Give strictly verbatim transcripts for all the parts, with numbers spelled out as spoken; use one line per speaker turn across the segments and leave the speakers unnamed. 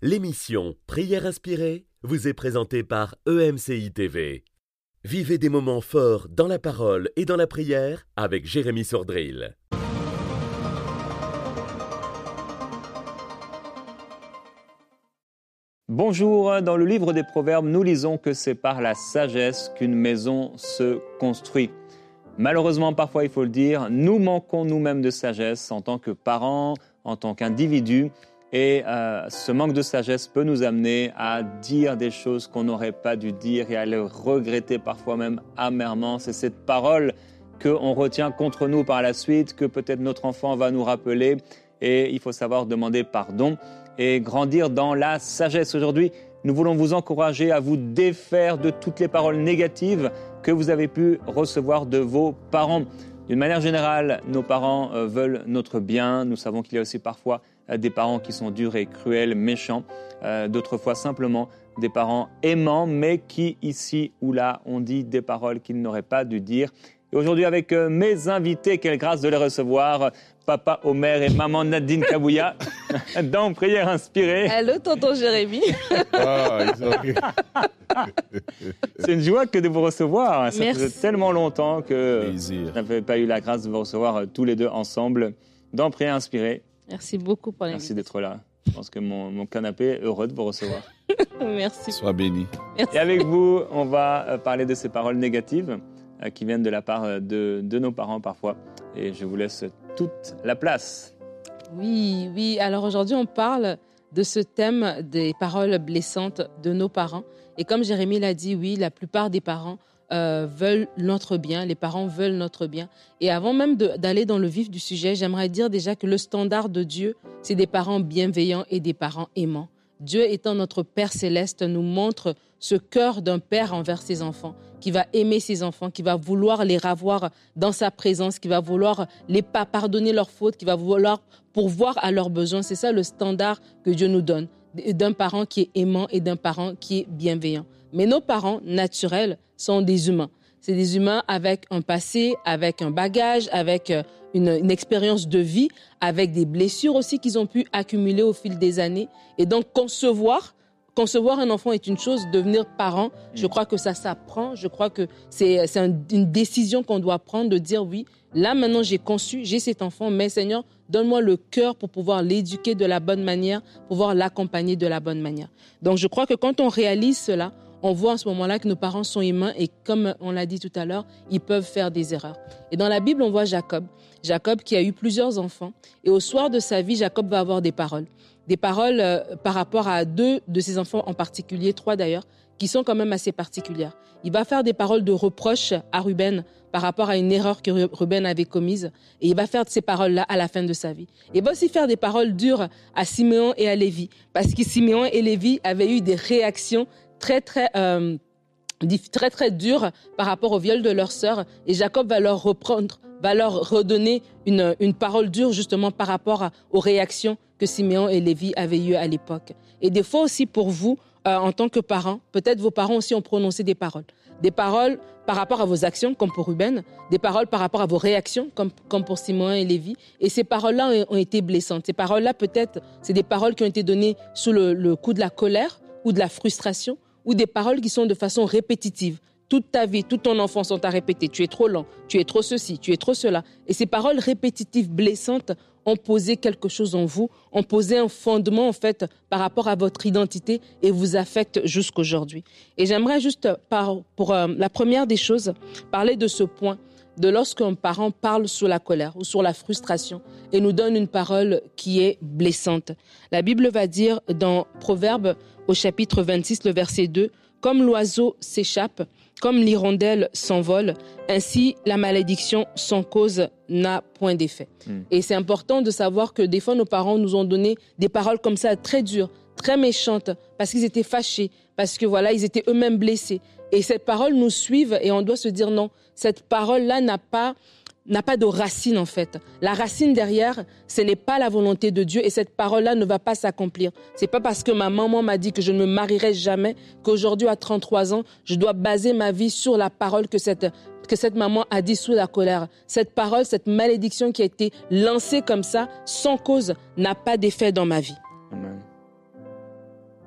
L'émission Prière inspirée vous est présentée par E M C I T V. Vivez des moments forts dans la parole et dans la prière avec Jérémy Sordrill.
Bonjour, dans le livre des Proverbes, nous lisons que c'est par la sagesse qu'une maison se construit. Malheureusement, parfois il faut le dire, nous manquons nous-mêmes de sagesse en tant que parents, en tant qu'individus. Et euh, ce manque de sagesse peut nous amener à dire des choses qu'on n'aurait pas dû dire et à les regretter parfois même amèrement. C'est cette parole qu'on retient contre nous par la suite, que peut-être notre enfant va nous rappeler. Et il faut savoir demander pardon et grandir dans la sagesse. Aujourd'hui, nous voulons vous encourager à vous défaire de toutes les paroles négatives que vous avez pu recevoir de vos parents. D'une manière générale, nos parents euh, veulent notre bien. Nous savons qu'il y a aussi parfois euh, des parents qui sont durs et cruels, méchants. Euh, d'autres fois, simplement des parents aimants, mais qui, ici ou là, ont dit des paroles qu'ils n'auraient pas dû dire. Et aujourd'hui, avec euh, mes invités, quelle grâce de les recevoir, Papa Omer et Maman Nadine Kabouya, dans Prière inspirée.
Allô, tonton Jérémy.
Oh, ils ont...
C'est une joie que de vous recevoir. Ça
Merci.
faisait tellement longtemps que
Plaisir.
je n'avais pas eu la grâce de vous recevoir euh, tous les deux ensemble dans Prière inspirée.
Merci beaucoup pour
Merci
l'invitation.
d'être là. Je pense que mon, mon canapé est heureux de vous recevoir.
Merci.
Sois béni.
Merci.
Et avec vous, on va euh, parler de ces paroles négatives euh, qui viennent de la part euh, de, de nos parents parfois. Et je vous laisse toute la place.
Oui, oui. Alors aujourd'hui, on parle de ce thème des paroles blessantes de nos parents. Et comme Jérémy l'a dit, oui, la plupart des parents euh, veulent notre bien. Les parents veulent notre bien. Et avant même de- d'aller dans le vif du sujet, j'aimerais dire déjà que le standard de Dieu, c'est des parents bienveillants et des parents aimants. Dieu étant notre Père céleste nous montre ce cœur d'un père envers ses enfants, qui va aimer ses enfants, qui va vouloir les ravoir dans sa présence, qui va vouloir les pa- pardonner leurs fautes, qui va vouloir pourvoir à leurs besoins. C'est ça le standard que Dieu nous donne, d'un parent qui est aimant et d'un parent qui est bienveillant. Mais nos parents naturels sont des humains. C'est des humains avec un passé, avec un bagage, avec euh, une, une expérience de vie, avec des blessures aussi qu'ils ont pu accumuler au fil des années. Et donc, concevoir, concevoir un enfant est une chose, devenir parent, je crois que ça s'apprend. Je crois que c'est, c'est un- une décision qu'on doit prendre de dire oui, là maintenant j'ai conçu, j'ai cet enfant, mais Seigneur, donne-moi le cœur pour pouvoir l'éduquer de la bonne manière, pouvoir l'accompagner de la bonne manière. Donc, je crois que quand on réalise cela, on voit en ce moment-là que nos parents sont humains et comme on l'a dit tout à l'heure, ils peuvent faire des erreurs. Et dans la Bible, on voit Jacob. Jacob qui a eu plusieurs enfants. Et au soir de sa vie, Jacob va avoir des paroles. Des paroles euh, par rapport à deux de ses enfants en particulier, trois d'ailleurs, qui sont quand même assez particulières. Il va faire des paroles de reproche à Ruben par rapport à une erreur que Ru- Ruben avait commise. Et il va faire ces paroles-là à la fin de sa vie. Il va aussi faire des paroles dures à Siméon et à Lévi. Parce que Siméon et Lévi avaient eu des réactions très, très, euh, dif- très, très dures par rapport au viol de leur sœur. Et Jacob va leur reprendre, va leur redonner une, une parole dure justement par rapport à- aux réactions que Siméon et Lévi avaient eues à l'époque. Et des fois aussi pour vous, euh, en tant que parents, peut-être vos parents aussi ont prononcé des paroles. Des paroles par rapport à vos actions, comme pour Ruben, des paroles par rapport à vos réactions, comme, comme pour Siméon et Lévi. Et ces paroles-là ont, ont été blessantes. Ces paroles-là, peut-être, c'est des paroles qui ont été données sous le, le coup de la colère ou de la frustration, ou des paroles qui sont de façon répétitive. Toute ta vie, toute ton enfance, on t'a répété, tu es trop lent, tu es trop ceci, tu es trop cela. Et ces paroles répétitives, blessantes, ont posé quelque chose en vous, ont posé un fondement, en fait, par rapport à votre identité et vous affectent jusqu'aujourd'hui. Et j'aimerais juste, par, pour euh, la première des choses, parler de ce point, de lorsqu'un parent parle sur la colère ou sur la frustration et nous donne une parole qui est blessante. La Bible va dire dans Proverbes au chapitre vingt-six, le verset deux, « Comme l'oiseau s'échappe, comme l'hirondelle s'envole, ainsi la malédiction sans cause n'a point d'effet.
Mm. »
Et c'est important de savoir que des fois nos parents nous ont donné des paroles comme ça très dures, très méchantes, parce qu'ils étaient fâchés, parce que voilà, ils étaient eux-mêmes blessés. Et ces paroles nous suivent et on doit se dire non, cette parole-là n'a pas, n'a pas de racine en fait. La racine derrière, ce n'est pas la volonté de Dieu et cette parole-là ne va pas s'accomplir. C'est pas parce que ma maman m'a dit que je ne me marierai jamais qu'aujourd'hui à trente-trois ans, je dois baser ma vie sur la parole que cette que cette maman a dit sous la colère. Cette parole, cette malédiction qui a été lancée comme ça, sans cause, n'a pas d'effet dans ma vie.
Amen.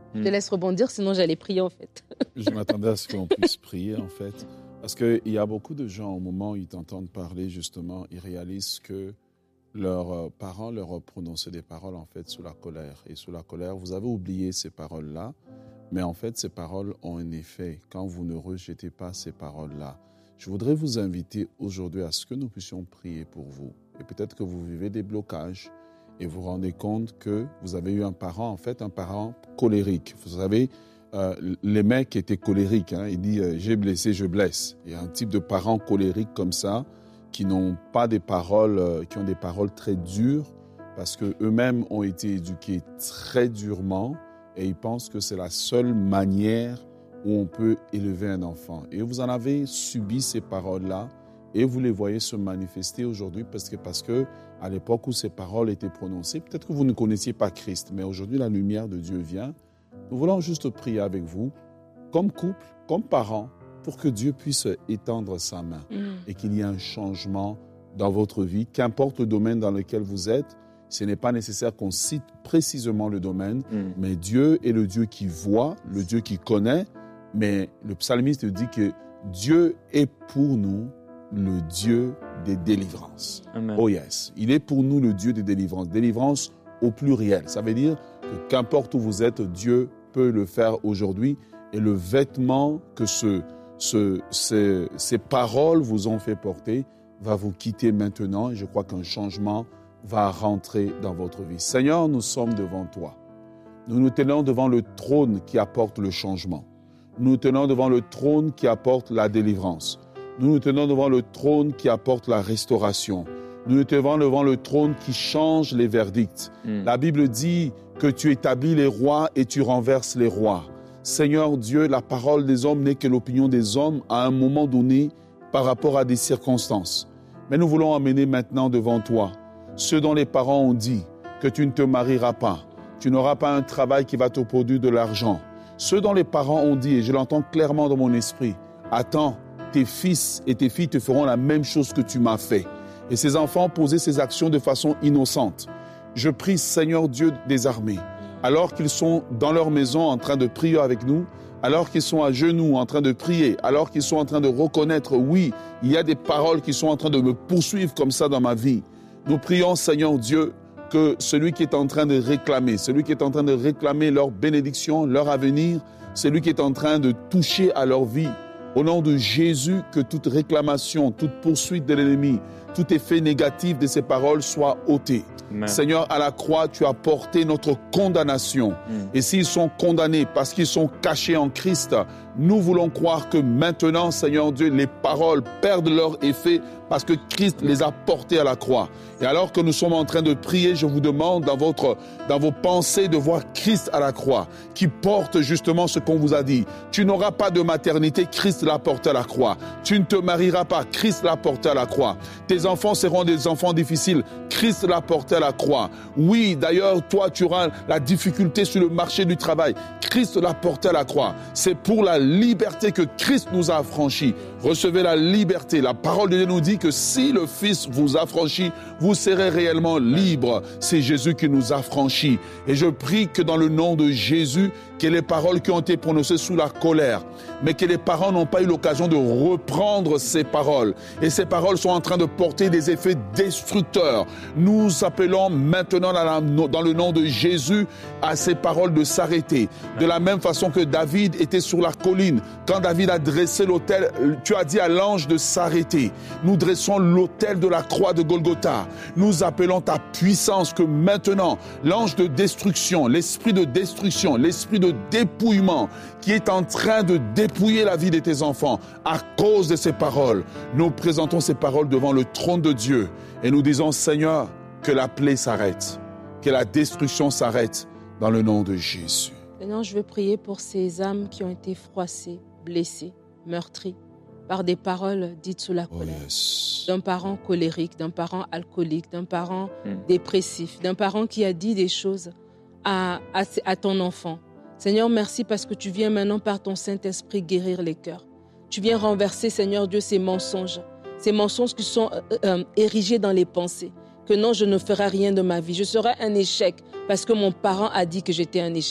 Je te laisse rebondir, sinon j'allais prier en fait.
Je m'attendais à ce qu'on puisse prier, en fait. Parce qu'il y a beaucoup de gens, au moment où ils t'entendent parler, justement, ils réalisent que leurs parents leur ont prononcé des paroles, en fait, sous la colère. Et sous la colère, vous avez oublié ces paroles-là, mais en fait, ces paroles ont un effet quand vous ne rejetez pas ces paroles-là. Je voudrais vous inviter aujourd'hui à ce que nous puissions prier pour vous. Et peut-être que vous vivez des blocages et vous vous rendez compte que vous avez eu un parent, en fait, un parent colérique. Vous savez, euh, les mecs étaient colériques. Hein. Il dit euh, « j'ai blessé, je blesse ». Il y a un type de parents colériques comme ça qui n'ont pas des paroles, euh, qui ont des paroles très dures parce qu'eux-mêmes ont été éduqués très durement et ils pensent que c'est la seule manière où on peut élever un enfant. Et vous en avez subi ces paroles-là et vous les voyez se manifester aujourd'hui parce que, parce que à l'époque où ces paroles étaient prononcées, peut-être que vous ne connaissiez pas Christ, mais aujourd'hui la lumière de Dieu vient. Nous voulons juste prier avec vous, comme couple, comme parents, pour que Dieu puisse étendre sa main mmh. et qu'il y ait un changement dans votre vie, qu'importe le domaine dans lequel vous êtes. Ce n'est pas nécessaire qu'on cite précisément le domaine, mmh. mais Dieu est le Dieu qui voit, le Dieu qui connaît. Mais le psalmiste dit que Dieu est pour nous le Dieu des délivrances. Amen. Oh yes, il est pour nous le Dieu des délivrances. Délivrance au pluriel. Ça veut dire que qu'importe où vous êtes, Dieu peut le faire aujourd'hui. Et le vêtement que ce, ce, ces, ces paroles vous ont fait porter va vous quitter maintenant. Et je crois qu'un changement va rentrer dans votre vie. Seigneur, nous sommes devant toi. Nous nous tenons devant le trône qui apporte le changement. Nous nous tenons devant le trône qui apporte la délivrance. Nous nous tenons devant le trône qui apporte la restauration. Nous nous tenons devant le trône qui change les verdicts. Mm. La Bible dit que tu établis les rois et tu renverses les rois. Seigneur Dieu, la parole des hommes n'est que l'opinion des hommes à un moment donné par rapport à des circonstances. Mais nous voulons amener maintenant devant toi ceux dont les parents ont dit que tu ne te marieras pas, tu n'auras pas un travail qui va te produire de l'argent. Ceux dont les parents ont dit, et je l'entends clairement dans mon esprit, attends, tes fils et tes filles te feront la même chose que tu m'as fait. Et ces enfants posaient ces actions de façon innocente. Je prie, Seigneur Dieu des armées, alors qu'ils sont dans leur maison en train de prier avec nous, alors qu'ils sont à genoux en train de prier, alors qu'ils sont en train de reconnaître, oui, il y a des paroles qui sont en train de me poursuivre comme ça dans ma vie. Nous prions, Seigneur Dieu, que celui qui est en train de réclamer, celui qui est en train de réclamer leur bénédiction, leur avenir, celui qui est en train de toucher à leur vie, au nom de Jésus, que toute réclamation, toute poursuite de l'ennemi, tout effet négatif de ces paroles soit ôté. Amen. Seigneur, à la croix, tu as porté notre condamnation. Mm. Et s'ils sont condamnés parce qu'ils sont cachés en Christ, nous voulons croire que maintenant, Seigneur Dieu, les paroles perdent leur effet parce que Christ les a portés à la croix. Et alors que nous sommes en train de prier, je vous demande dans, votre, dans vos pensées de voir Christ à la croix, qui porte justement ce qu'on vous a dit. Tu n'auras pas de maternité, Christ l'a porté à la croix. Tu ne te marieras pas, Christ l'a porté à la croix. Tes enfants seront des enfants difficiles, Christ l'a porté à la croix. Oui, d'ailleurs, toi, tu auras la difficulté sur le marché du travail. Christ l'a porté à la croix. C'est pour la liberté que Christ nous a affranchis. Recevez la liberté. La parole de Dieu nous dit que si le Fils vous affranchit, vous serez réellement libre. C'est Jésus qui nous affranchit. Et je prie que dans le nom de Jésus, que les paroles qui ont été prononcées sous la colère, mais que les parents n'ont pas eu l'occasion de reprendre ces paroles. Et ces paroles sont en train de porter des effets destructeurs. Nous appelons maintenant dans le nom de Jésus à ces paroles de s'arrêter. De la même façon que David était sur la colline, quand David a dressé l'autel, tu as dit à l'ange de s'arrêter. Nous dressons l'autel de la croix de Golgotha. Nous appelons ta puissance que maintenant, l'ange de destruction, l'esprit de destruction, l'esprit de dépouillement qui est en train de dépouiller la vie de tes enfants à cause de ces paroles. Nous présentons ces paroles devant le trône de Dieu et nous disons, Seigneur, que la plaie s'arrête, que la destruction s'arrête dans le nom de Jésus.
Seigneur, je veux prier pour ces âmes qui ont été froissées, blessées, meurtries par des paroles dites sous la colère. Oh yes. D'un parent colérique, d'un parent alcoolique, d'un parent mm. dépressif, d'un parent qui a dit des choses à, à, à ton enfant. Seigneur, merci parce que tu viens maintenant par ton Saint-Esprit guérir les cœurs. Tu viens renverser, Seigneur Dieu, ces mensonges, ces mensonges qui sont euh, euh, érigés dans les pensées. Que non, je ne ferai rien de ma vie. Je serai un échec parce que mon parent a dit que j'étais un échec.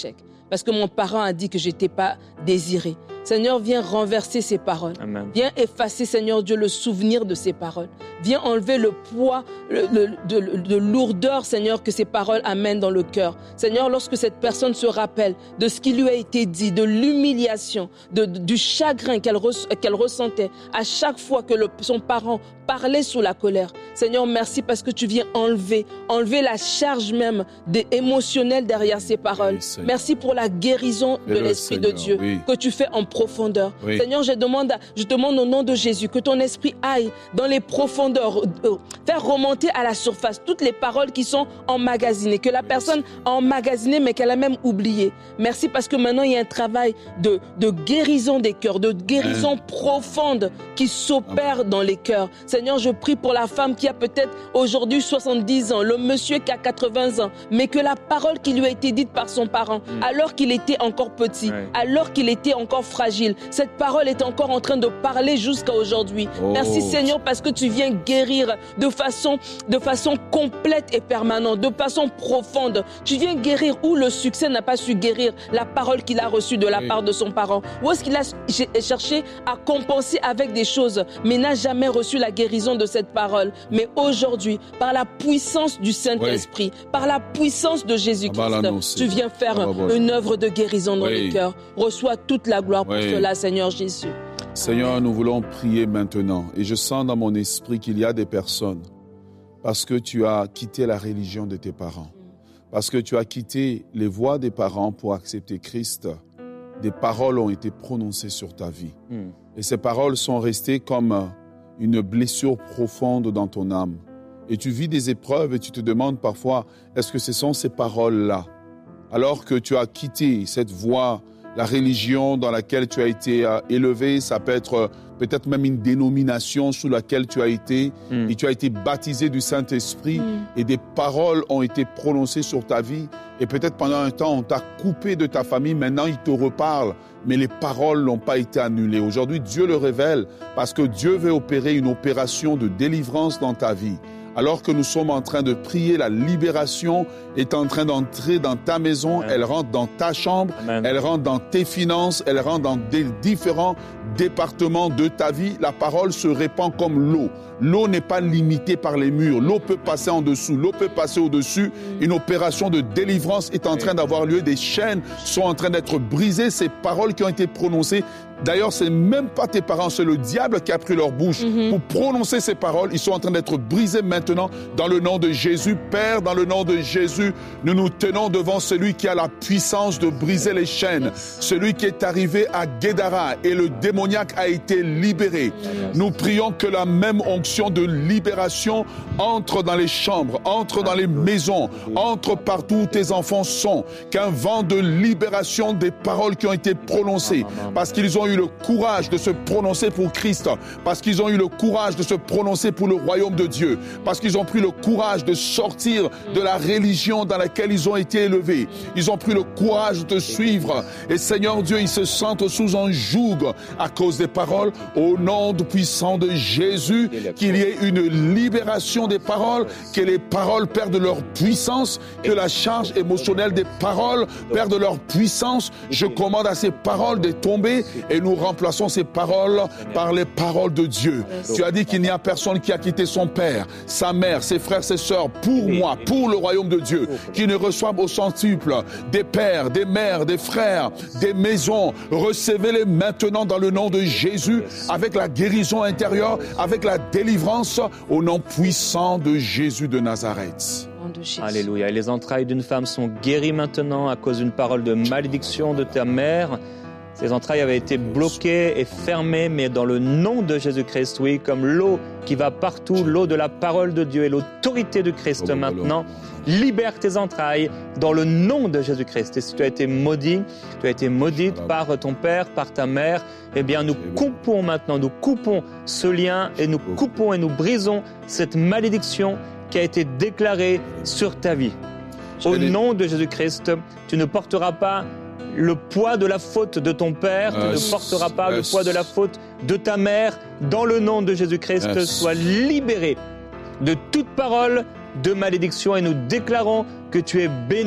parce que mon parent a dit que je n'étais pas désirée. Seigneur, viens renverser ces paroles.
Amen.
Viens effacer, Seigneur Dieu, le souvenir de ces paroles. Viens enlever le poids le, le, de, de lourdeur, Seigneur, que ces paroles amènent dans le cœur. Seigneur, lorsque cette personne se rappelle de ce qui lui a été dit, de l'humiliation, de, de, du chagrin qu'elle, re, qu'elle ressentait à chaque fois que le, son parent parlait sous la colère. Seigneur, merci parce que tu viens enlever, enlever la charge même des émotionnelle derrière ces paroles. Oui, merci pour la guérison de l'Esprit de Dieu oui. que tu fais en profondeur. Oui. Seigneur, je demande, je demande au nom de Jésus que ton esprit aille dans les profondeurs, euh, faire remonter à la surface toutes les paroles qui sont emmagasinées, que la personne a emmagasinées mais qu'elle a même oublié. Merci parce que maintenant il y a un travail de, de guérison des cœurs, de guérison Amen. profonde qui s'opère Amen. dans les cœurs. Seigneur, je prie pour la femme qui a peut-être aujourd'hui soixante-dix ans, le monsieur qui a quatre-vingts ans, mais que la parole qui lui a été dite par son parent, mm. alors qu'il était encore petit, ouais. alors qu'il était encore fragile, cette parole est encore en train de parler jusqu'à aujourd'hui. Oh. Merci Seigneur parce que tu viens guérir de façon, de façon complète et permanente, de façon profonde. Tu viens guérir où le succès n'a pas su guérir la parole qu'il a reçue de la oui. part de son parent. Où est-ce qu'il a cherché à compenser avec des choses, mais n'a jamais reçu la guérison de cette parole. Mais aujourd'hui, par la puissance du Saint-Esprit, oui. par la puissance de Jésus-Christ, tu viens faire une œuvre de guérison dans oui. les cœurs. Reçois toute la gloire pour oui. cela, Seigneur Jésus.
Seigneur, nous voulons prier maintenant. Et je sens dans mon esprit qu'il y a des personnes, parce que tu as quitté la religion de tes parents, parce que tu as quitté les voies des parents pour accepter Christ, des paroles ont été prononcées sur ta vie. Mm. Et ces paroles sont restées comme une blessure profonde dans ton âme. Et tu vis des épreuves et tu te demandes parfois, est-ce que ce sont ces paroles-là? Alors que tu as quitté cette voie, la religion dans laquelle tu as été euh, élevé, ça peut être euh, peut-être même une dénomination sous laquelle tu as été, mm. et tu as été baptisé du Saint-Esprit, mm. et des paroles ont été prononcées sur ta vie, et peut-être pendant un temps, on t'a coupé de ta famille, maintenant ils te reparlent, mais les paroles n'ont pas été annulées. Aujourd'hui, Dieu le révèle, parce que Dieu veut opérer une opération de délivrance dans ta vie. Alors que nous sommes en train de prier, la libération est en train d'entrer dans ta maison, Amen. Elle rentre dans ta chambre, Amen. Elle rentre dans tes finances, elle rentre dans des différents départements de ta vie. La parole se répand comme l'eau. L'eau n'est pas limitée par les murs. L'eau peut passer en dessous, l'eau peut passer au-dessus. Une opération de délivrance est en train d'avoir lieu. Des chaînes sont en train d'être brisées. Ces paroles qui ont été prononcées, d'ailleurs, c'est même pas tes parents, c'est le diable qui a pris leur bouche mm-hmm. pour prononcer ces paroles. Ils sont en train d'être brisés maintenant dans le nom de Jésus. Père, dans le nom de Jésus, nous nous tenons devant celui qui a la puissance de briser les chaînes. Celui qui est arrivé à Guédara et le démoniaque a été libéré. Nous prions que la même onction de libération entre dans les chambres, entre dans les maisons, entre partout où tes enfants sont. Qu'un vent de libération des paroles qui ont été prononcées, parce qu'ils ont eu le courage de se prononcer pour Christ, parce qu'ils ont eu le courage de se prononcer pour le royaume de Dieu, parce qu'ils ont pris le courage de sortir de la religion dans laquelle ils ont été élevés. Ils ont pris le courage de te suivre. Et Seigneur Dieu, ils se sentent sous un joug à cause des paroles. Au nom puissant de Jésus, qu'il y ait une libération des paroles, que les paroles perdent leur puissance, que la charge émotionnelle des paroles perde leur puissance. Je commande à ces paroles de tomber et nous remplaçons ces paroles par les paroles de Dieu. Tu as dit qu'il n'y a personne qui a quitté son père, sa mère, ses frères, ses sœurs, pour moi, pour le royaume de Dieu, qui ne reçoivent au centuple des pères, des mères, des frères, des maisons. Recevez-les maintenant dans le nom de Jésus, avec la guérison intérieure, avec la délivrance, au nom puissant de Jésus de Nazareth.
Alléluia. Et les entrailles d'une femme sont guéries maintenant à cause d'une parole de malédiction de ta mère. Ces entrailles avaient été bloquées et fermées, mais dans le nom de Jésus-Christ, oui, comme l'eau qui va partout, l'eau de la parole de Dieu et l'autorité de Christ maintenant, libère tes entrailles dans le nom de Jésus-Christ. Et si tu as été maudit, tu as été maudite par ton père, par ta mère, eh bien nous coupons maintenant, nous coupons ce lien et nous coupons et nous brisons cette malédiction qui a été déclarée sur ta vie. Au nom de Jésus-Christ, tu ne porteras pas le poids de la faute de ton père, tu yes. ne porteras pas yes. le poids de la faute de ta mère. Dans le nom de Jésus-Christ, yes. sois libéré de toute parole de malédiction et nous déclarons que tu es béni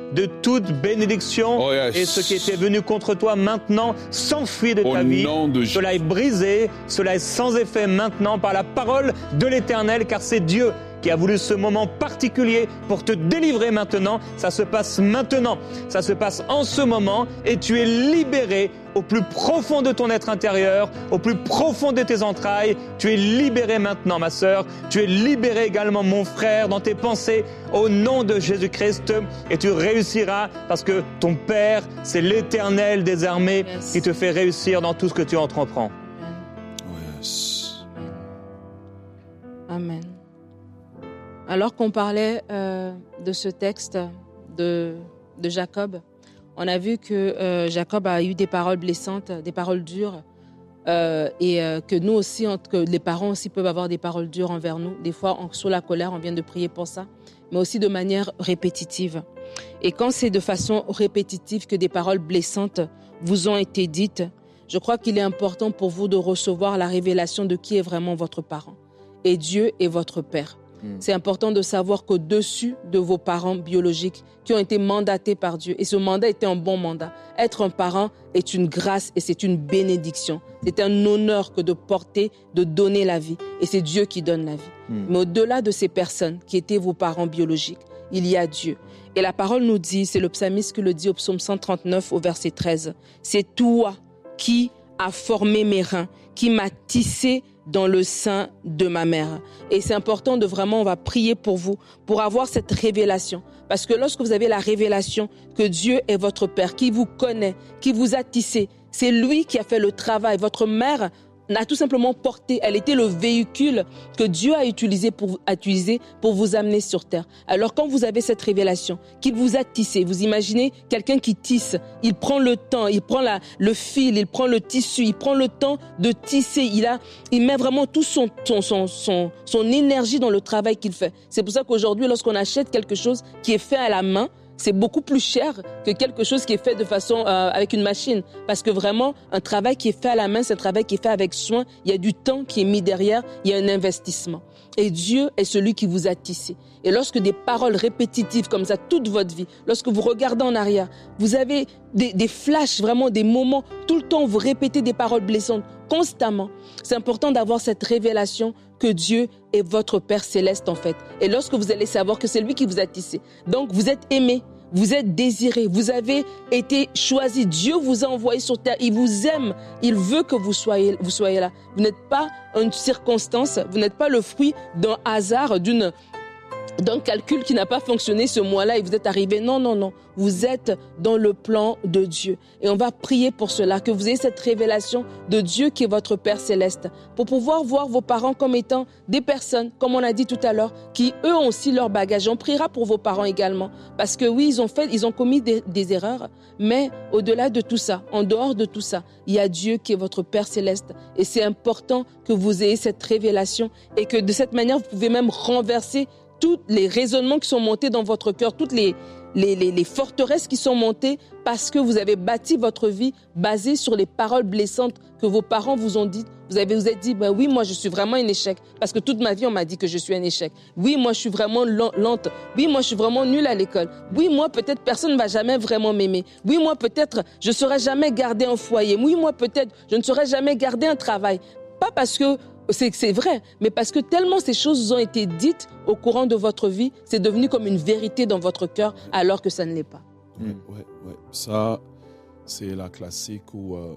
de toute bénédiction.
Oh yes.
Et ce qui était venu contre toi maintenant s'enfuit de
Au
ta vie.
nom de
Cela est brisé, cela est sans effet maintenant par la parole de l'Éternel, car c'est Dieu qui a voulu ce moment particulier pour te délivrer maintenant. Ça se passe maintenant, ça se passe en ce moment et tu es libéré au plus profond de ton être intérieur, au plus profond de tes entrailles. Tu es libéré maintenant, ma sœur. Tu es libéré également, mon frère, dans tes pensées, au nom de Jésus-Christ. Et tu réussiras parce que ton Père, c'est l'Éternel des armées
Yes.
qui te fait réussir dans tout ce que tu entreprends.
Oh yes.
Amen. Alors qu'on parlait euh, de ce texte de, de Jacob, on a vu que euh, Jacob a eu des paroles blessantes, des paroles dures, euh, et euh, que nous aussi, que les parents aussi peuvent avoir des paroles dures envers nous. Des fois, on, sous la colère, on vient de prier pour ça, mais aussi de manière répétitive. Et quand c'est de façon répétitive que des paroles blessantes vous ont été dites, je crois qu'il est important pour vous de recevoir la révélation de qui est vraiment votre parent. Et Dieu est votre Père. C'est important de savoir qu'au-dessus de vos parents biologiques qui ont été mandatés par Dieu, et ce mandat était un bon mandat, être un parent est une grâce et c'est une bénédiction. C'est un honneur que de porter, de donner la vie. Et c'est Dieu qui donne la vie. Mm. Mais au-delà de ces personnes qui étaient vos parents biologiques, il y a Dieu. Et la parole nous dit, c'est le psalmiste qui le dit au psaume cent trente-neuf au verset treize, c'est toi qui as formé mes reins, qui m'as tissé dans le sein de ma mère. Et c'est important de vraiment, on va prier pour vous, pour avoir cette révélation. Parce que lorsque vous avez la révélation que Dieu est votre Père, qui vous connaît, qui vous a tissé, c'est lui qui a fait le travail. Votre mère n'a tout simplement porté, elle était le véhicule que Dieu a utilisé pour, a utilisé pour vous amener sur terre. Alors quand vous avez cette révélation, qu'il vous a tissé, vous imaginez quelqu'un qui tisse, il prend le temps, il prend la, le fil, il prend le tissu, il prend le temps de tisser, il, a, il met vraiment tout son, son, son, son, son énergie dans le travail qu'il fait. C'est pour ça qu'aujourd'hui, lorsqu'on achète quelque chose qui est fait à la main, c'est beaucoup plus cher que quelque chose qui est fait de façon euh, avec une machine. Parce que vraiment, un travail qui est fait à la main, c'est un travail qui est fait avec soin. Il y a du temps qui est mis derrière, il y a un investissement. Et Dieu est celui qui vous a tissé. Et lorsque des paroles répétitives comme ça, toute votre vie, lorsque vous regardez en arrière, vous avez des, des flashs, vraiment des moments, tout le temps vous répétez des paroles blessantes, constamment. C'est important d'avoir cette révélation que Dieu est votre Père céleste en fait. Et lorsque vous allez savoir que c'est lui qui vous a tissé, donc vous êtes aimé, vous êtes désiré, vous avez été choisi, Dieu vous a envoyé sur terre, il vous aime, il veut que vous soyez, vous soyez là. Vous n'êtes pas une circonstance, vous n'êtes pas le fruit d'un hasard, d'une d'un calcul qui n'a pas fonctionné ce mois-là et vous êtes arrivé. Non, non, non. Vous êtes dans le plan de Dieu. Et on va prier pour cela, que vous ayez cette révélation de Dieu qui est votre Père céleste, pour pouvoir voir vos parents comme étant des personnes, comme on a dit tout à l'heure, qui eux ont aussi leur bagage. On priera pour vos parents également, parce que oui, ils ont fait, ils ont commis des, des erreurs, mais au-delà de tout ça, en dehors de tout ça, il y a Dieu qui est votre Père céleste. Et c'est important que vous ayez cette révélation et que de cette manière, vous pouvez même renverser tous les raisonnements qui sont montés dans votre cœur, toutes les, les, les, les forteresses qui sont montées parce que vous avez bâti votre vie basée sur les paroles blessantes que vos parents vous ont dites. Vous avez vous êtes dit, ben oui, moi je suis vraiment un échec parce que toute ma vie on m'a dit que je suis un échec. Oui, moi je suis vraiment lente. Oui, moi je suis vraiment nulle à l'école. Oui, moi peut-être personne ne va jamais vraiment m'aimer. Oui, moi peut-être je ne saurais jamais garder un foyer. Oui, moi peut-être je ne saurais jamais garder un travail. Pas parce que C'est, c'est vrai, mais parce que tellement ces choses ont été dites au courant de votre vie, c'est devenu comme une vérité dans votre cœur alors que ça ne l'est pas.
Oui, oui, oui. Ça, c'est la classique où euh,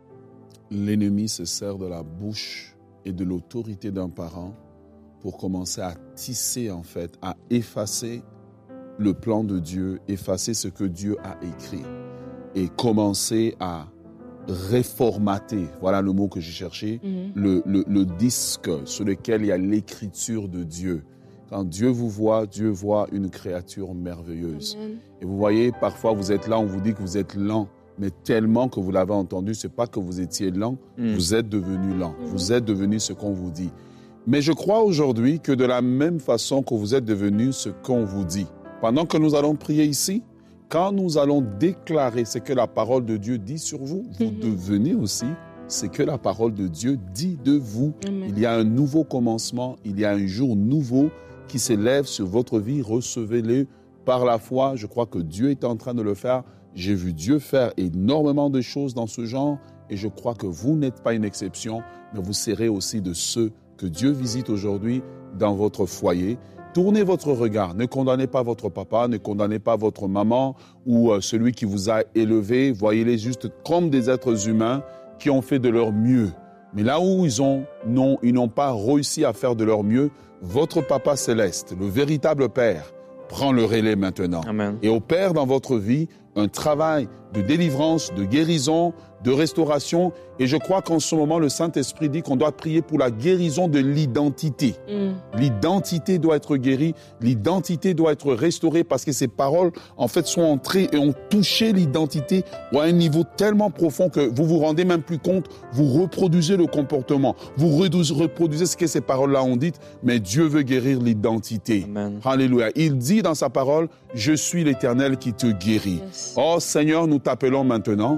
l'ennemi se sert de la bouche et de l'autorité d'un parent pour commencer à tisser, en fait, à effacer le plan de Dieu, effacer ce que Dieu a écrit et commencer à réformater, voilà le mot que j'ai cherché, mm-hmm. le, le, le disque sur lequel il y a l'écriture de Dieu. Quand Dieu vous voit, Dieu voit une créature merveilleuse. Amen. Et vous voyez, parfois vous êtes là, on vous dit que vous êtes lent, mais tellement que vous l'avez entendu, c'est pas que vous étiez lent, mm. vous êtes devenu lent, mm. vous êtes devenu ce qu'on vous dit. Mais je crois aujourd'hui que de la même façon que vous êtes devenu ce qu'on vous dit, pendant que nous allons prier ici, quand nous allons déclarer ce que la parole de Dieu dit sur vous, vous mm-hmm. devenez aussi ce que la parole de Dieu dit de vous. Amen. Il y a un nouveau commencement, il y a un jour nouveau qui s'élève sur votre vie. Recevez-le par la foi, je crois que Dieu est en train de le faire. J'ai vu Dieu faire énormément de choses dans ce genre et je crois que vous n'êtes pas une exception, mais vous serez aussi de ceux que Dieu visite aujourd'hui dans votre foyer. Tournez votre regard, ne condamnez pas votre papa, ne condamnez pas votre maman ou euh, celui qui vous a élevé. Voyez-les juste comme des êtres humains qui ont fait de leur mieux. Mais là où ils ont, non, ils n'ont pas réussi à faire de leur mieux, votre Papa céleste, le véritable Père, prend le relais maintenant.
Amen.
Et opère dans votre vie un travail de délivrance, de guérison, de restauration. Et je crois qu'en ce moment, le Saint-Esprit dit qu'on doit prier pour la guérison de l'identité. Mm. L'identité doit être guérie, l'identité doit être restaurée parce que ces paroles, en fait, sont entrées et ont touché l'identité à un niveau tellement profond que vous vous rendez même plus compte, vous reproduisez le comportement, vous reproduisez ce que ces paroles-là ont dit, mais Dieu veut guérir l'identité. Amen. Alléluia. Il dit dans sa parole, « Je suis l'Éternel qui te guérit. Yes. » Oh Seigneur, nous t'appelons maintenant. Mm.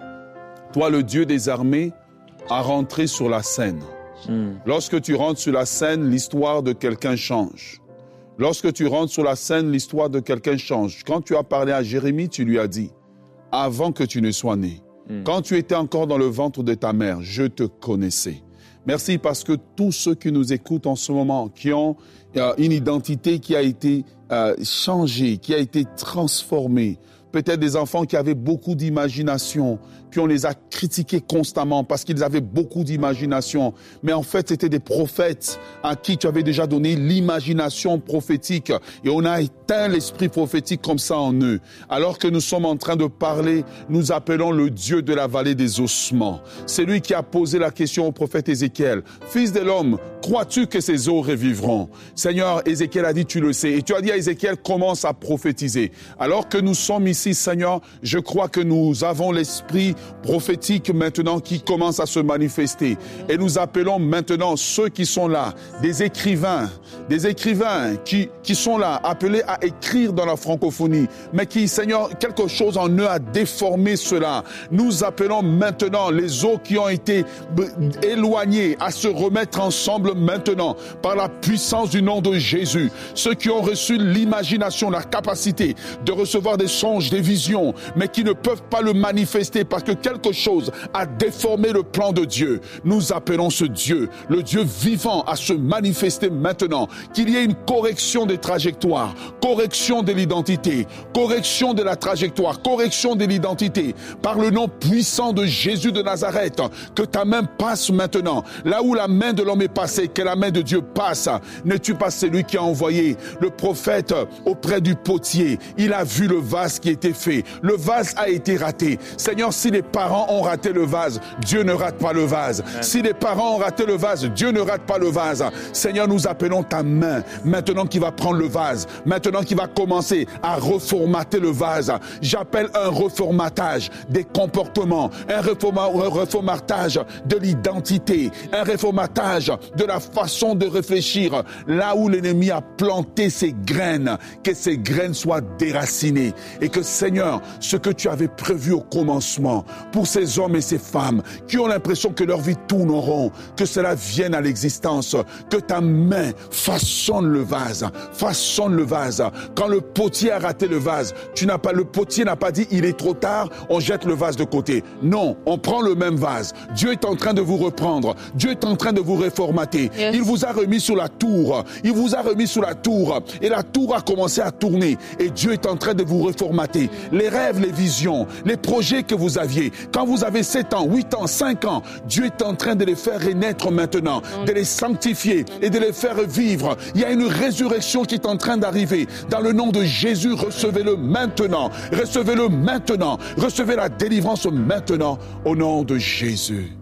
Toi, le Dieu des armées, à rentrer sur la scène. Mm. Lorsque tu rentres sur la scène, l'histoire de quelqu'un change. Lorsque tu rentres sur la scène, l'histoire de quelqu'un change. Quand tu as parlé à Jérémie, tu lui as dit, avant que tu ne sois né, mm. quand tu étais encore dans le ventre de ta mère, je te connaissais. Merci parce que tous ceux qui nous écoutent en ce moment, qui ont euh, une identité qui a été euh, changée, qui a été transformée, peut-être des enfants qui avaient beaucoup d'imagination, puis on les a critiqués constamment parce qu'ils avaient beaucoup d'imagination. Mais en fait, c'était des prophètes à qui tu avais déjà donné l'imagination prophétique. Et on a éteint l'esprit prophétique comme ça en eux. Alors que nous sommes en train de parler, nous appelons le Dieu de la vallée des ossements. C'est lui qui a posé la question au prophète Ézéchiel. Fils de l'homme, crois-tu que ces os revivront? Seigneur, Ézéchiel a dit, tu le sais. Et tu as dit à Ézéchiel, commence à prophétiser. Alors que nous sommes ici, Seigneur, je crois que nous avons l'esprit prophétique maintenant qui commence à se manifester. Et nous appelons maintenant ceux qui sont là, des écrivains, des écrivains qui, qui sont là, appelés à écrire dans la francophonie, mais qui, Seigneur, quelque chose en eux a déformé cela. Nous appelons maintenant les eaux qui ont été éloignées à se remettre ensemble maintenant par la puissance du nom de Jésus. Ceux qui ont reçu l'imagination, la capacité de recevoir des songes, des visions, mais qui ne peuvent pas le manifester parce que quelque chose a déformé le plan de Dieu. Nous appelons ce Dieu, le Dieu vivant, à se manifester maintenant. Qu'il y ait une correction des trajectoires, correction de l'identité, correction de la trajectoire, correction de l'identité. Par le nom puissant de Jésus de Nazareth, que ta main passe maintenant. Là où la main de l'homme est passée, que la main de Dieu passe. N'es-tu pas celui qui a envoyé le prophète auprès du potier? Il a vu le vase qui était fait. Le vase a été raté. Seigneur, si les parents ont raté le vase, Dieu ne rate pas le vase. Amen. Si les parents ont raté le vase, Dieu ne rate pas le vase. Seigneur, nous appelons ta main, maintenant qui va prendre le vase, maintenant qui va commencer à reformater le vase. J'appelle un reformatage des comportements, un reformatage de l'identité, un reformatage de la façon de réfléchir. Là où l'ennemi a planté ses graines, que ces graines soient déracinées. Et que, Seigneur, ce que tu avais prévu au commencement, pour ces hommes et ces femmes qui ont l'impression que leur vie tourne en rond, que cela vienne à l'existence, que ta main façonne le vase, façonne le vase. Quand le potier a raté le vase, tu n'as pas, le potier n'a pas dit il est trop tard, on jette le vase de côté. Non, on prend le même vase. Dieu est en train de vous reprendre. Dieu est en train de vous réformater. Yes. Il vous a remis sur la tour. Il vous a remis sur la tour. Et la tour a commencé à tourner. Et Dieu est en train de vous réformater. Les rêves, les visions, les projets que vous aviez, quand vous avez sept ans, huit ans, cinq ans, Dieu est en train de les faire renaître maintenant, de les sanctifier et de les faire vivre. Il y a une résurrection qui est en train d'arriver. Dans le nom de Jésus, recevez-le maintenant. Recevez-le maintenant. Recevez la délivrance maintenant au nom de Jésus.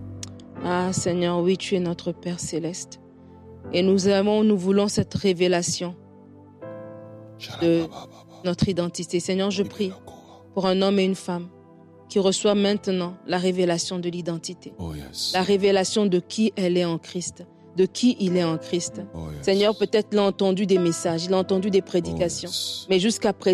Ah Seigneur, oui, tu es notre Père céleste. Et nous aimons, nous voulons cette révélation de notre identité. Seigneur, je prie pour un homme et une femme qui reçoit maintenant la révélation de l'identité, oh yes. La révélation de qui elle est en Christ, de qui il est en Christ. Oh yes. Seigneur, peut-être il a entendu des messages, il a entendu des prédications, oh yes. Mais jusqu'à présent,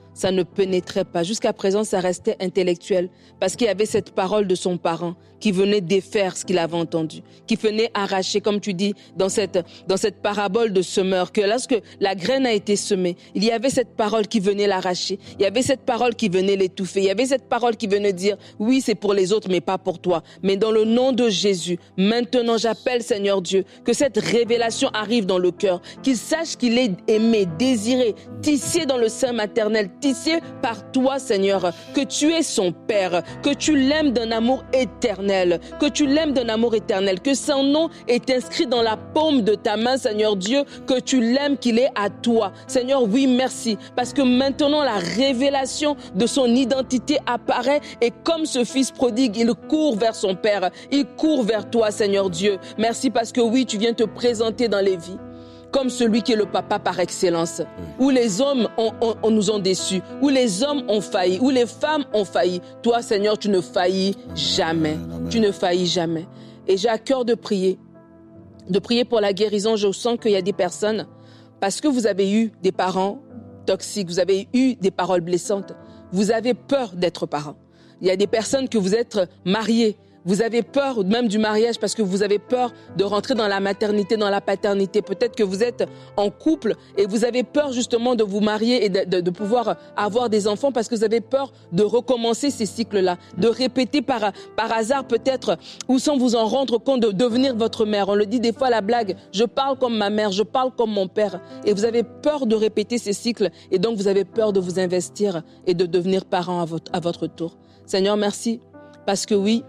ça ne pénétrait pas. Jusqu'à présent, ça restait intellectuel parce qu'il y avait cette parole de son parent qui venait défaire ce qu'il avait entendu, qui venait arracher, comme tu dis, dans cette, dans cette parabole de semeur, que lorsque la graine a été semée, il y avait cette parole qui venait l'arracher, il y avait cette parole qui venait l'étouffer, il y avait cette parole qui venait dire, oui, c'est pour les autres, mais pas pour toi. Mais dans le nom de Jésus, maintenant, j'appelle, Seigneur Dieu, que cette révélation arrive dans le cœur, qu'il sache qu'il est aimé, désiré, tissé dans le sein maternel, tissé par toi, Seigneur, que tu es son Père, que tu l'aimes d'un amour éternel, que tu l'aimes d'un amour éternel, que son nom est inscrit dans la paume de ta main, Seigneur Dieu, que tu l'aimes, qu'il est à toi. Seigneur, oui, merci, parce que maintenant la révélation de son identité apparaît et comme ce fils prodigue, il court vers son Père, il court vers toi, Seigneur Dieu. Merci parce que oui, tu viens te présenter dans les vies comme celui qui est le papa par excellence, oui. Où les hommes ont, ont, ont nous ont déçus, où les hommes ont failli, où les femmes ont failli. Toi, Seigneur, tu ne faillis jamais. Amen, amen. Tu ne faillis jamais. Et j'ai à cœur de prier, de prier pour la guérison. Je sens qu'il y a des personnes, parce que vous avez eu des parents toxiques, vous avez eu des paroles blessantes, vous avez peur d'être parent. Il y a des personnes que vous êtes mariés, vous avez peur même du mariage parce que vous avez peur de rentrer dans la maternité, dans la paternité. Peut-être que vous êtes en couple et vous avez peur justement de vous marier et de, de, de pouvoir avoir des enfants parce que vous avez peur de recommencer ces cycles-là, de répéter par, par hasard peut-être ou sans vous en rendre compte de devenir votre mère. On le dit des fois à la blague, je parle comme ma mère, je parle comme mon père. Et vous avez peur de répéter ces cycles et donc vous avez peur de vous investir et de devenir parent à votre, à votre tour. Seigneur, merci parce que oui,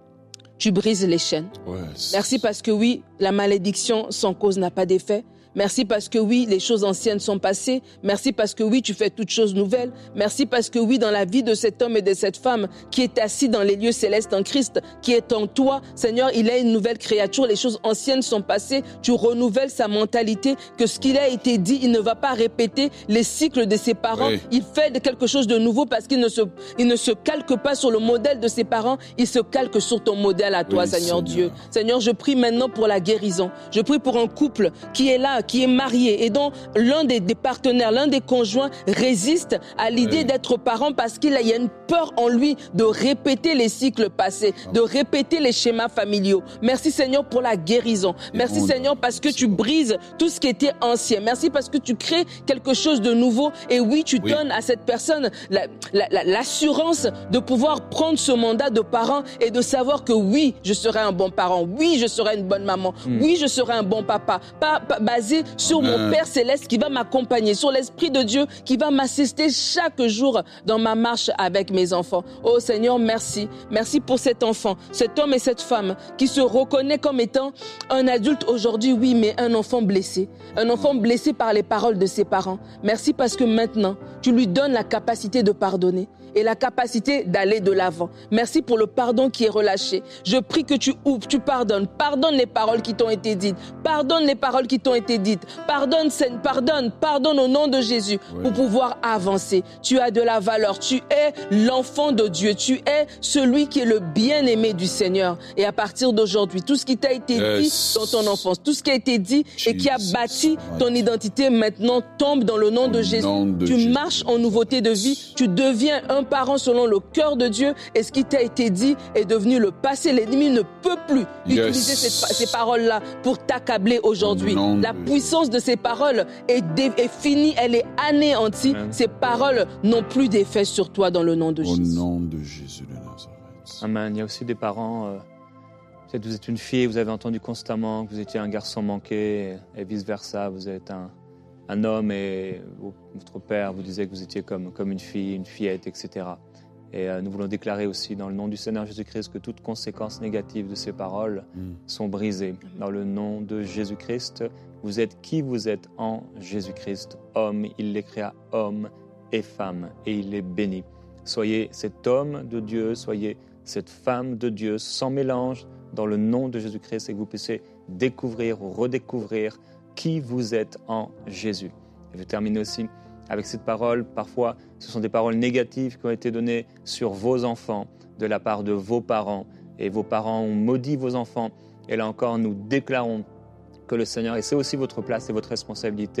tu brises les chaînes. Ouais, merci parce que oui, la malédiction sans cause n'a pas d'effet. Merci parce que oui, les choses anciennes sont passées. Merci parce que oui, tu fais toutes choses nouvelles. Merci parce que oui, dans la vie de cet homme et de cette femme qui est assis dans les lieux célestes en Christ, qui est en toi, Seigneur, il est une nouvelle créature. Les choses anciennes sont passées. Tu renouvelles sa mentalité, que ce qu'il a été dit, il ne va pas répéter les cycles de ses parents. Oui. Il fait de quelque chose de nouveau parce qu'il ne se, il ne se calque pas sur le modèle de ses parents. Il se calque sur ton modèle à toi, oui, Seigneur, Seigneur Dieu. Seigneur, je prie maintenant pour la guérison. Je prie pour un couple qui est là, qui est marié et dont l'un des, des partenaires, l'un des conjoints résiste à l'idée oui. d'être parent parce qu'il a, il y a une peur en lui de répéter les cycles passés, de répéter les schémas familiaux. Merci Seigneur pour la guérison. Merci Seigneur parce que tu brises tout ce qui était ancien. Merci parce que tu crées quelque chose de nouveau et oui, tu oui. donnes à cette personne la, la, la, l'assurance de pouvoir prendre ce mandat de parent et de savoir que oui, je serai un bon parent, oui, je serai une bonne maman, mm. oui, je serai un bon papa, pas, pas basé sur Amen. Mon Père Céleste qui va m'accompagner, sur l'Esprit de Dieu qui va m'assister chaque jour dans ma marche avec mes enfants. Oh Seigneur, merci. Merci pour cet enfant, cet homme et cette femme qui se reconnaît comme étant un adulte aujourd'hui, oui, mais un enfant blessé. Un enfant blessé par les paroles de ses parents. Merci parce que maintenant, tu lui donnes la capacité de pardonner et la capacité d'aller de l'avant. Merci pour le pardon qui est relâché. Je prie que tu ouvres, tu pardonnes. Pardonne les paroles qui t'ont été dites. Pardonne les paroles qui t'ont été dites. Pardonne, pardonne, pardonne au nom de Jésus oui. pour pouvoir avancer. Tu as de la valeur. Tu es l'enfant de Dieu. Tu es celui qui est le bien-aimé du Seigneur. Et à partir d'aujourd'hui, tout ce qui t'a été yes. dit dans ton enfance, tout ce qui a été dit Jesus. Et qui a bâti ton identité maintenant tombe dans le nom au de Jésus. Nom de tu Jésus. Marches en nouveauté de vie. Tu deviens un parent selon le cœur de Dieu et ce qui t'a été dit est devenu le passé. L'ennemi ne peut plus yes. utiliser ces, ces paroles-là pour t'accabler aujourd'hui. La puissance de ces paroles est, dé, est finie, elle est anéantie. Amen. Ces paroles n'ont plus d'effet sur toi dans le nom de
Au
Jésus.
Au nom de Jésus de Nazareth.
Amen. Il y a aussi des parents, euh, peut-être vous êtes une fille et vous avez entendu constamment que vous étiez un garçon manqué et, et vice-versa. Vous êtes un, un homme et votre père vous disait que vous étiez comme, comme une fille, une fillette, et cetera. Et euh, nous voulons déclarer aussi dans le nom du Seigneur Jésus-Christ que toutes conséquences négatives de ces paroles mm. sont brisées. Dans le nom de Jésus-Christ, vous êtes qui vous êtes en Jésus-Christ. Homme, il les créa homme et femme et il les bénit. Soyez cet homme de Dieu, soyez cette femme de Dieu sans mélange dans le nom de Jésus-Christ et que vous puissiez découvrir ou redécouvrir qui vous êtes en Jésus. Je vais terminer aussi avec cette parole. Parfois, ce sont des paroles négatives qui ont été données sur vos enfants de la part de vos parents. Et vos parents ont maudit vos enfants. Et là encore, nous déclarons que le Seigneur, et c'est aussi votre place et votre responsabilité,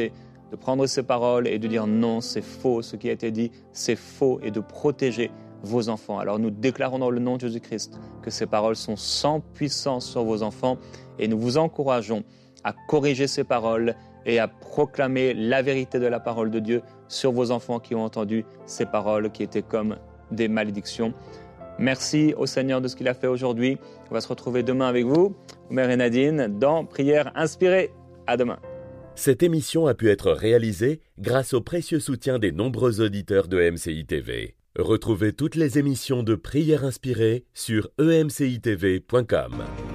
de prendre ces paroles et de dire non, c'est faux, ce qui a été dit, c'est faux, et de protéger vos enfants. Alors nous déclarons dans le nom de Jésus-Christ que ces paroles sont sans puissance sur vos enfants et nous vous encourageons à corriger ces paroles et à proclamer la vérité de la parole de Dieu sur vos enfants qui ont entendu ces paroles qui étaient comme des malédictions. Merci au Seigneur de ce qu'il a fait aujourd'hui. On va se retrouver demain avec vous, Omer et Nadine, dans Prière inspirée. À demain.
Cette émission a pu être réalisée grâce au précieux soutien des nombreux auditeurs de M C I T V. Retrouvez toutes les émissions de Prière inspirée sur e m c i t v point com.